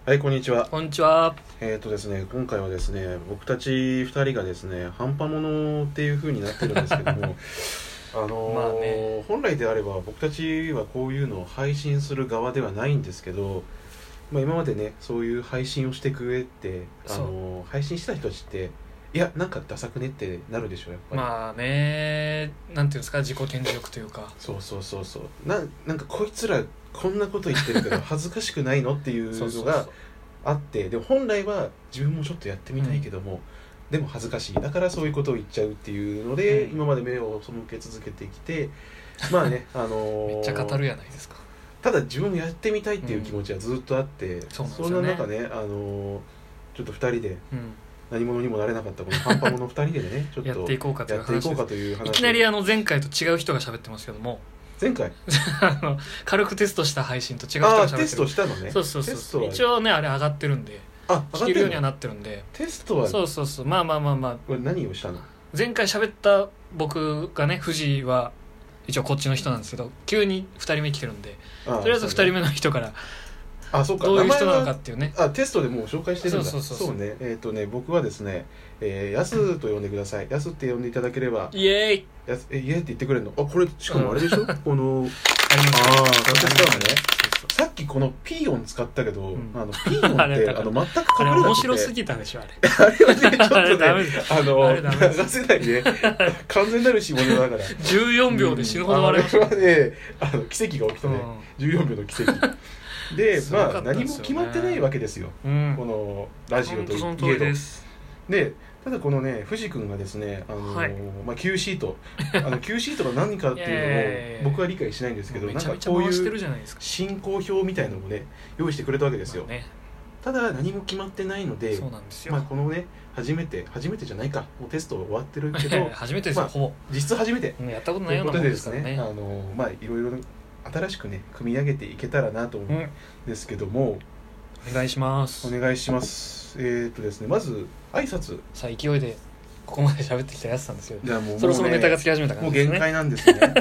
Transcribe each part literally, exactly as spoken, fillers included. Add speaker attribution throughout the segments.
Speaker 1: はい、こんにちは。
Speaker 2: こんにちは。
Speaker 1: えっ、ー、とですね、今回はですね、僕たちふたりがですね、半端者っていう風になってるんですけども、あのーまあね、本来であれば僕たちはこういうのを配信する側ではないんですけど、まあ、今までね、そういう配信をしてくれて、あのー、配信した人たちって、いや、なんかダサくねってなるでしょ、やっぱり。
Speaker 2: まあね、なんていうんですか、自己顕示欲というか。
Speaker 1: そうそうそうそう。な、なんかこいつらこんなこと言ってるけど恥ずかしくないのっていうのがあって、でも本来は自分もちょっとやってみたいけども、うん、でも恥ずかしい、だからそういうことを言っちゃうっていうので、うん、今まで目を背け続けてきて、まあね、あのー、
Speaker 2: めっちゃ語るやないですか。
Speaker 1: ただ自分もやってみたいっていう気持ちはずっとあって、うん、そ, そんな中ね、あのー、ちょっとふたりで、うん、何者にもなれなかったこの半端者ふたりでねちょっと
Speaker 2: やっていこうかという話。いきなりあの前回と違う人が喋ってますけども、
Speaker 1: 前回
Speaker 2: 軽くテストした配信と違う人が喋ってる。
Speaker 1: あ、テストしたのね。
Speaker 2: そうそうそう、一応ねあれ上がってるんで、
Speaker 1: あ、
Speaker 2: 聞けるようにはなってるんで。
Speaker 1: テストは
Speaker 2: そうそうそう、まあまあまあまあ、
Speaker 1: これ何をしたの。
Speaker 2: 前回喋った僕がね、藤井は一応こっちの人なんですけど、急にふたりめ来てるんで、とりあえずふたりめの人から
Speaker 1: あ、そうか、
Speaker 2: どういう人なのかっていうね。
Speaker 1: あ、テストでもう紹介してるんだ。
Speaker 2: そうそうそうそう。
Speaker 1: そうね、えっ、ー、とね、僕はですね、えー、ヤスと呼んでください。ヤスって呼んでいただければ。
Speaker 2: イエーイ。
Speaker 1: やすえイエーイって言ってくれるの。あ、これしかもあれでしょ、うん、この
Speaker 2: あります
Speaker 1: ああ、これ使うのね。さっきこのピーヨン使ったけど、うん、あのピーヨンってあの全く隠れなくて、
Speaker 2: あれ面白すぎたでしょあれ。
Speaker 1: あれはねちょっとねあの流せないね完全なる下ネタだから。
Speaker 2: じゅうよんびょうで死ぬほど笑いました。
Speaker 1: あれはね、あの奇跡が起きたね。うん、じゅうよんびょうの奇跡。で、まあ何も決まってないわけですよ。うん、このラジオといえど。で、ただこのね、藤君がですね、あのーはい、まあ Q シート、あの Q シートが何かっていうのを僕は理解しないんですけど、
Speaker 2: なんかこういう
Speaker 1: 進行表みたいなのもね用意してくれたわけですよ。まあね、ただ何も決まってないので、
Speaker 2: そうなんですよ。
Speaker 1: まあこのね初めて初めてじゃないか、もうテスト終わってるけど、
Speaker 2: 初めてですよ、まあ、ほぼ
Speaker 1: 実質初めて。
Speaker 2: やったことないようなもんですからね。
Speaker 1: あのー、まあいろいろ新しくね組み上げていけたらなと思うんですけども、
Speaker 2: うん、お願いします。
Speaker 1: お願いします。えー、っとですね、まず挨拶。
Speaker 2: さあ勢いでここまで喋ってきたやつなんですよ。
Speaker 1: いやもう
Speaker 2: そろそろネタがつき始めた感じですね。
Speaker 1: もう限界なんですよね。はい。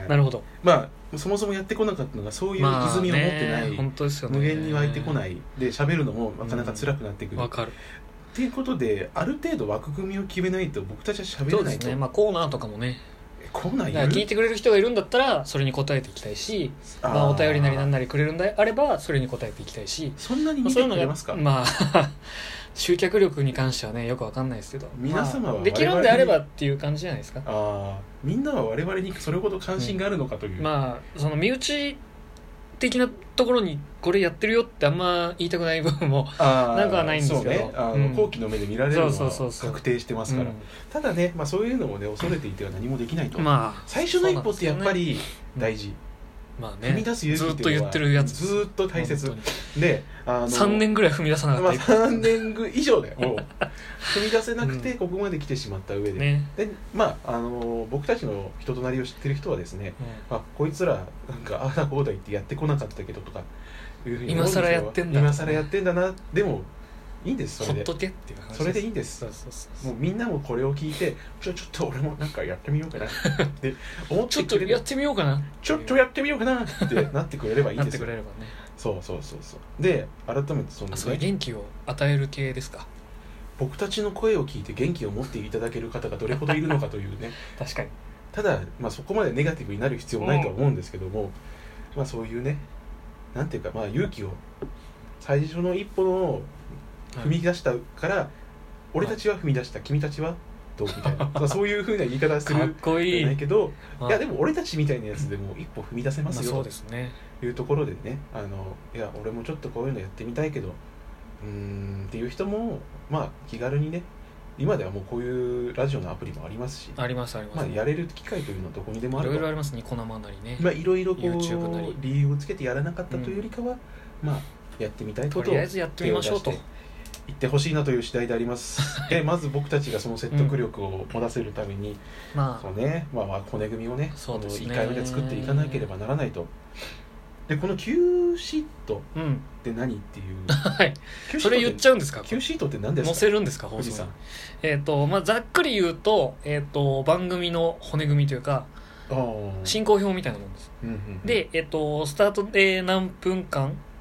Speaker 2: なるほど。
Speaker 1: まあそもそもやってこなかったのがそういう歪みを持ってない、まあね、
Speaker 2: 本当ですよね、
Speaker 1: 無限に湧いてこないで喋るのもなかなか辛くなってくる。
Speaker 2: わ、うん、かる。
Speaker 1: っていうことである程度枠組みを決めないと僕たちは喋れないと。
Speaker 2: そうですね。まあコーナーとかもね。
Speaker 1: コーナー
Speaker 2: だから聞いてくれる人がいるんだったらそれに答えていきたいし、あ、まあ、お便りなりなんなりくれるんであればそれに答えていきたいし、
Speaker 1: そんなに見てくれますか。
Speaker 2: まあ集客力に関してはねよくわかんないですけど、
Speaker 1: 皆様は我々に、
Speaker 2: まあ、できるんであればっていう感じじゃないですか。
Speaker 1: あ、みんなは我々にそれほど関心があるのかという、
Speaker 2: うん、まあその身内的なところにこれやってるよってあんま言いたくない部分もなんかはないんですけど、
Speaker 1: そうね、あの、うん、好奇の目で見られるのは確定してますから、ただね、まあ、そういうのもね恐れていては何もできないと、まあ、最初の一歩ってやっぱり大事、まあね、踏み出す勇気っていうのはずっと言ってるやつずっと大切で、あの
Speaker 2: さんねんぐらい踏み出さなかった、
Speaker 1: まあ、さんねん以上だよもう踏み出せなくてここまで来てしまった上で、ね、でまあ、あの僕たちの人となりを知ってる人はですね、うん、あこいつらなんかああだこうだ言ってやってこなかったけどとかいうふうに
Speaker 2: 今更やってんだ
Speaker 1: 今更やってんだな、でもいいんです、それで
Speaker 2: ほっとけっていう話です。
Speaker 1: それでいいんです。そうそうそう、もうみんなもこれを聞いてちょちょっと俺もなんかやってみようかなって思って
Speaker 2: ちょっとやってみようかな
Speaker 1: ちょっとやってみようかなってなってくれればいいんですよ。なってく
Speaker 2: れればね。
Speaker 1: そうそうそうそう。で改めてその、ね、
Speaker 2: そういう元気を与える系ですか。
Speaker 1: 僕たちの声を聞いて元気を持っていただける方がどれほどいるのかというね
Speaker 2: 確かに。
Speaker 1: ただ、まあ、そこまでネガティブになる必要もないとは思うんですけども、まあ、そういうねなんていうか、まあ、勇気を最初の一歩の踏み出したから、はい、俺たちは踏み出した、君たちはどうみたいな、まあ、そういう風な言い方する
Speaker 2: かっこいい
Speaker 1: じゃないけど、いやでも俺たちみたいなやつでも一歩踏み出せますよ、
Speaker 2: まあ、そうですね、
Speaker 1: というところでね、あのいや俺もちょっとこういうのやってみたいけどうーんっていう人もまあ気軽にね、今ではもうこういうラジオのアプリもありますし、
Speaker 2: ありますあります、
Speaker 1: まあ、やれる機会というのはどこにでもあると、
Speaker 2: いろいろあります。ニコ生なりね、
Speaker 1: まあいろいろこう
Speaker 2: YouTube なり
Speaker 1: 理由をつけてやらなかったというよりかは、うん、まあやってみたいことを
Speaker 2: とりあえずやってみましょうと
Speaker 1: 言ってほしいなという次第でありますでまず僕たちがその説得力を持たせるために、うん、まあそうね、まあ、まあ骨組みをね、そうですね、いっかいめで作っていかなければならないと。でこの Q シートって何っていう、うん、
Speaker 2: はいそれ言っちゃうんですか。
Speaker 1: Q シートって何ですか。
Speaker 2: 載せるんですか放送に。えっ、ー、とまあざっくり言うと、えっ、ー、と番組の骨組みというか進行表みたいなもんです、うんうんうん、で、えっ、ー、とスタートで何分間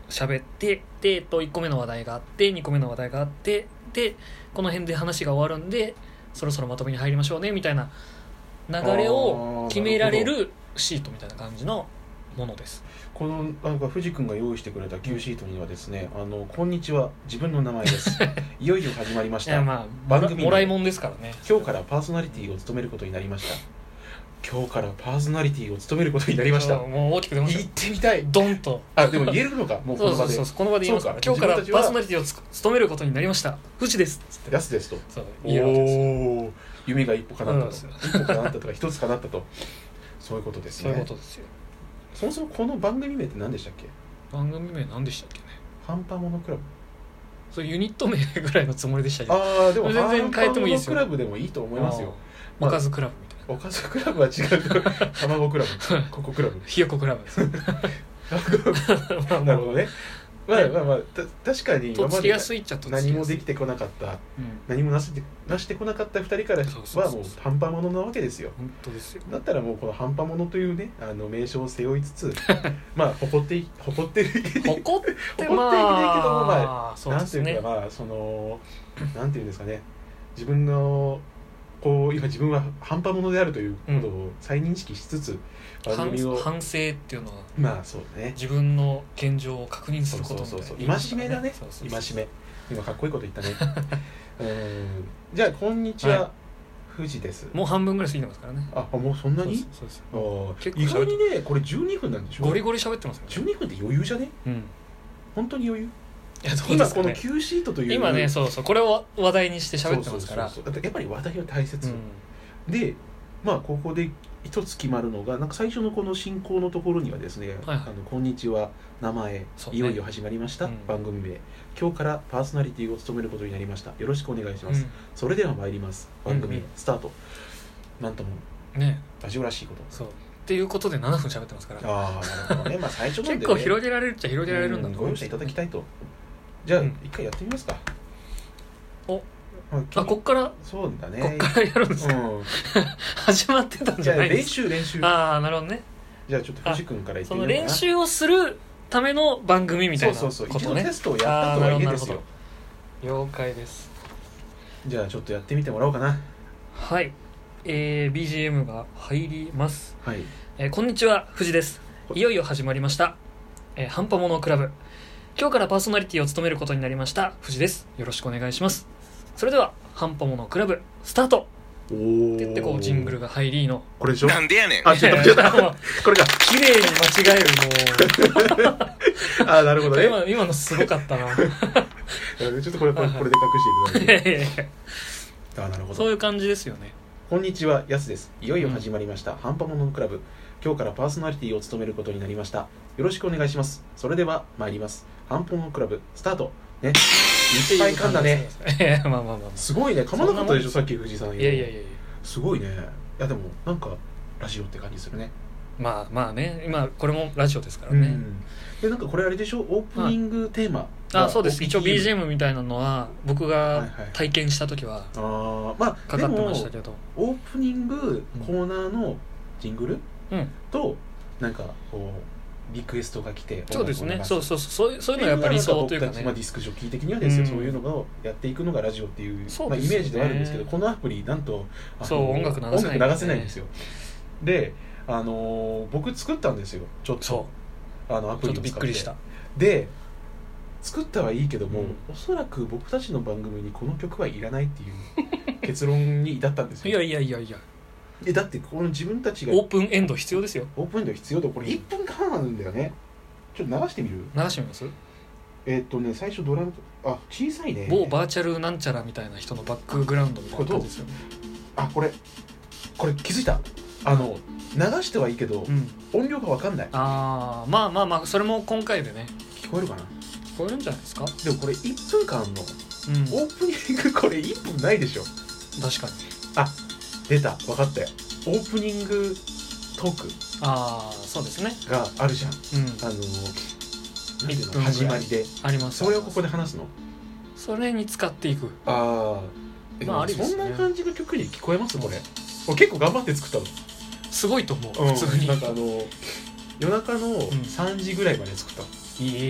Speaker 2: 喋ってで、えっと、いっこめの話題があってにこめの話題があってでこの辺で話が終わるんでそろそろまとめに入りましょうねみたいな流れを決められるシートみたいな感じのものです。
Speaker 1: このなんか藤君が用意してくれた Q シートにはですね、あのこんにちは自分の名前ですいよいよ始まりました。
Speaker 2: いやまあ番組もらいもんですからね。
Speaker 1: 今日からパーソナリティを務めることになりました。今日からパーソナリティを務めることになりました。
Speaker 2: もう大きく出ました。
Speaker 1: 言ってみたい。
Speaker 2: ドンと。
Speaker 1: あでも言えるのかもうこの場で。
Speaker 2: そうそうそうこの場で言いますから。今日からパーソナリティを務めることになりました。藤です。
Speaker 1: やすですと。
Speaker 2: そう言えるわけです。
Speaker 1: おお夢が一歩叶ったと。一歩叶ったとか一つ叶ったと。そういうことですね。
Speaker 2: そういうことですよ。
Speaker 1: そもそもこの番組名って何でしたっけ？
Speaker 2: 番組名何でしたっけね。
Speaker 1: ハンパモノクラブ。
Speaker 2: それユニット名ぐらいのつもりでしたけど。
Speaker 1: ああでも
Speaker 2: 全然変えてもいいですよ。
Speaker 1: ハンパモノクラブでもいいと思いますよ。
Speaker 2: おかずクラブみたい
Speaker 1: な。おかずクラブは違う。卵クラブ。ココクラブ。
Speaker 2: ひよこクラブです。
Speaker 1: なるほどね。まあまあまあた確かに
Speaker 2: とっつきやすいっちゃと
Speaker 1: 何もできてこなかった、うん、何もなしてなしてこなかったふたりからはもう半端者なわけですよ。
Speaker 2: 本当ですよ。
Speaker 1: だったらもうこの半端者というねあの名称を背負いつつまあ誇って誇ってる
Speaker 2: 誇って
Speaker 1: 誇っていけないけどもまあなんていうかまあそのなんていうんですかね自分のこう今自分は半端者であるということを再認識しつつ、
Speaker 2: うん、番組を反省っていうのは
Speaker 1: まあそうね
Speaker 2: 自分の現状を確認することみたいな、
Speaker 1: そうそうそう戒めだね。戒め今かっこいいこと言ったねうんじゃあこんにちは、はい、藤です。
Speaker 2: もう半分ぐらい過ぎてますからね。
Speaker 1: あもうそんなに
Speaker 2: そうそう
Speaker 1: そう意外にねこれじゅうにふんなんでしょ。
Speaker 2: ゴリゴリ喋ってますよね。
Speaker 1: じゅうにふんって余裕じゃね、うん、本当に余裕。
Speaker 2: いや
Speaker 1: 今この Q シートという
Speaker 2: 今ねそうそうこれを話題にして喋ってますから。
Speaker 1: そうそうそうそうやっぱり話題は大切、うん、でまあここで一つ決まるのがなんか最初のこの進行のところにはですね、はいはい、あのこんにちは名前、ね、いよいよ始まりました、うん、番組名今日からパーソナリティを務めることになりましたよろしくお願いします、うん、それでは参ります番組、うんうん、スタート。なんともねラジオらしいこと
Speaker 2: そうっていうことでななふん喋ってますから。
Speaker 1: ああなるほどねまあ最初なんで、ね、
Speaker 2: 結構広げられるっちゃ広げられるんだと
Speaker 1: ご容赦いただきたいと。じゃあ一、うん、回やってみますか。
Speaker 2: おあこっから
Speaker 1: そうだね
Speaker 2: こっからやるんですか、うん、始まってたんじゃないですか。
Speaker 1: じゃあ練習練習
Speaker 2: ああなるほどね。
Speaker 1: じゃあちょっと藤君から言ってみようかな。
Speaker 2: その練習をするための番組みたいなことね。
Speaker 1: そうそうそう一度テストをやったとはいえですよ。
Speaker 2: 了解です。
Speaker 1: じゃあちょっとやってみてもらおうかな。
Speaker 2: はい、えー、ビージーエム が入ります、
Speaker 1: はい
Speaker 2: えー、こんにちは藤です。いよいよ始まりました、えー、ハンパモノクラブ今日からパーソナリティを務めることになりました藤です。よろしくお願いします。それではハンパモノクラブスタートって言ってこうジングルが入りの
Speaker 1: これでしょ。
Speaker 3: なんでやねん。
Speaker 1: あちょっと待ってこれが
Speaker 2: 綺麗に間違えるもう
Speaker 1: あなるほどね。
Speaker 2: 今, 今のすごかったなちょ
Speaker 1: っとこれこれこれで隠していただいてあなるほど
Speaker 2: そういう感じですよね。
Speaker 1: こんにちはやすです。いよいよ始まりました、うん、ハンパモノクラブ今日からパーソナリティを務めることになりましたよろしくお願いします。それでは参ります。ハンパモノクラブスタートね。いっぱい噛んだね
Speaker 2: まあまあまあ、まあ、
Speaker 1: すごいね噛まなかったでしょさっき藤井さん。
Speaker 2: いやいやいやいや
Speaker 1: すごいね。いやでもなんかラジオって感じするね。
Speaker 2: まあまあね今これもラジオですからね、うん、
Speaker 1: でなんかこれあれでしょオープニングテーマ、
Speaker 2: ああそうです一応 ビージーエム みたいなのは僕が体験した時はかかってましたけど、
Speaker 1: オープニングコーナーのジングル、うん、となんかこうリクエストが来て
Speaker 2: そうですねそうそうそうそうそういうのがやっぱり理想というかね、
Speaker 1: まあ、ディスクジョッキー的にはですよ、うん、そういうのをやっていくのがラジオっていう、まあ、イメージではあるんですけどこのアプリなんと
Speaker 2: そう音楽流せない、
Speaker 1: ね、音楽流せないんですよ。であのー、僕作ったんですよちょっとあのアプリを使って。ちょっとびっくりした。で作ったはいいけども、うん、おそらく僕たちの番組にこの曲はいらないっていう結論に至ったんですよ。
Speaker 2: いやいやいやいや
Speaker 1: えだってこの自分たちが
Speaker 2: オープンエンド必要ですよ。
Speaker 1: オープンエンド必要だ。これいっぷんかんあるんだよね。ちょっと流してみる。
Speaker 2: 流してみます。
Speaker 1: えー、っとね最初ドラムあ小さいね
Speaker 2: 某バーチャルなんちゃらみたいな人のバックグラウンドみたいな感じですよね。
Speaker 1: あこれこれ気づいた。あの流してはいいけど、うん、音量が分かんない。
Speaker 2: ああまあまあまあそれも今回でね
Speaker 1: 聞こえるかな。
Speaker 2: 聞こえるんじゃないですか。
Speaker 1: でもこれいっぷんかんの、うん、オープニングこれいっぷんないでしょ。
Speaker 2: 確かに。
Speaker 1: あ出た分かったよ。オープニングトーク
Speaker 2: ああそうですね
Speaker 1: があるじゃん、うん、あのなんていうの始まりで
Speaker 2: あります。
Speaker 1: それをここで話すの。
Speaker 2: それに使っていく。
Speaker 1: ああまあありですね。そんな感じの曲に聞こえますこれ。俺結構頑張って作ったの。
Speaker 2: すごいと思う、
Speaker 1: うん、普通になんかあの夜中のさんじぐらいまで作ったの、
Speaker 2: うん、いい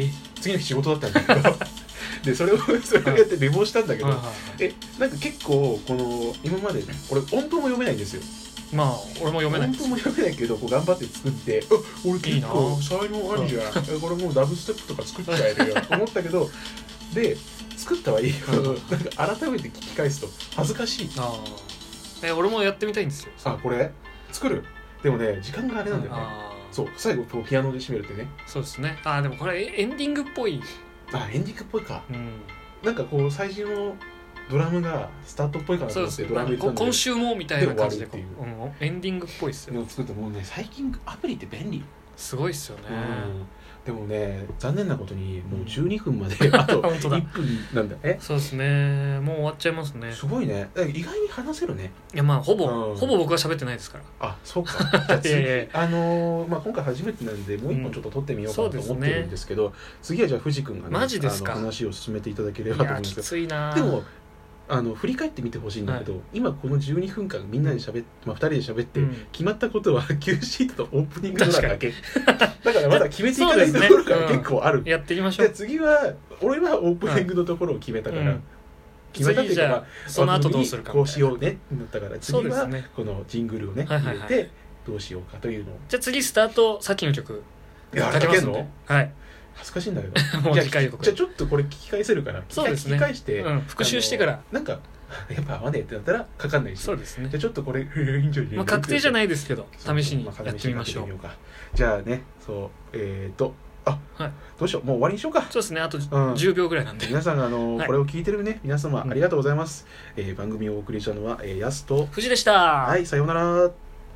Speaker 1: 次の日仕事だったんだけどでそれをそれをやって寝坊したんだけど、はいはいはい、えなんか結構この今まで俺音符も読めないんですよ。
Speaker 2: まあ俺も読めない
Speaker 1: 音符も読めないけどこう頑張って作ってあ俺結構才能あるじゃんこれもうダブステップとか作っちゃえるよと思ったけどで作ったはいいけどなんか改めて聞き返すと恥ずかしい。あ
Speaker 2: え俺もやってみたいんですよ。
Speaker 1: あこれ作るでもね時間があれなんだよね。そう最後こうピアノで締めるってね。
Speaker 2: そうですね。あでもこれエンディングっぽい。
Speaker 1: あエンディングっぽいか、うん、なんかこう最初のドラムがスタートっぽいかなと思ってドラム入れたんで
Speaker 2: 今週もみたいな感じでこう、うん、エンディングっぽいっすよね。
Speaker 1: 作ってもうね最近アプリって便利
Speaker 2: すごいっすよね、
Speaker 1: うん、でもね残念なことにもうじゅうにふんまであといっぷんなんだえ
Speaker 2: そうですねもう終わっちゃいますね。
Speaker 1: すごいね意外に話せるね。
Speaker 2: いやまあほぼ、うん、ほぼ僕は喋ってないですから。
Speaker 1: あそうかじゃあ次いやいやあのーまあ、今回初めてなんでもう一本ちょっと撮ってみようかなと思ってるんですけど、うんね、次はじゃあ藤君がね
Speaker 2: マジですか
Speaker 1: あの話を進めていただければと思うんですけど。
Speaker 2: いやきついな
Speaker 1: でもあの振り返ってみてほしいんだけど、はい、今このじゅうにふんかんみんなで喋って、まあ、ふたりで喋って、うん、決まったことは Q シートとオープニングドラマだけだからまだ決めていかないところから結構ある、
Speaker 2: ねうん、やっていきましょう。
Speaker 1: で次は俺はオープニングのところを決めたから、はいうん、決めたっていうか、まあ、
Speaker 2: その後どうするか
Speaker 1: こうしようねってなったから次はこのジングルをね入れてどうしようかというのを。
Speaker 2: じゃあ次スタートさっきの曲
Speaker 1: かけますの
Speaker 2: はい
Speaker 1: 恥ずかしいんだけど
Speaker 2: もう次回予告
Speaker 1: じゃあちょっとこれ聞き返せるから
Speaker 2: そうですね
Speaker 1: 聞き返して、
Speaker 2: うん、復習してから
Speaker 1: なんかやっぱ合わねえってなったらかかんないし。
Speaker 2: そうですね。
Speaker 1: じゃあちょっとこれいいんじゃない、
Speaker 2: まあ、確定じゃないですけど試しにやってみましょう。
Speaker 1: じゃあねそうえっ、ー、とあ、はい、どうしようもう終わりにしようか。
Speaker 2: そうですねあとじゅうびょうぐらいなんで、
Speaker 1: うん、皆さんあの、はい、これを聞いてるね皆様ありがとうございます、うんえー、番組をお送りしたのは、えー、やすと
Speaker 2: 藤でした。
Speaker 1: はいさようなら。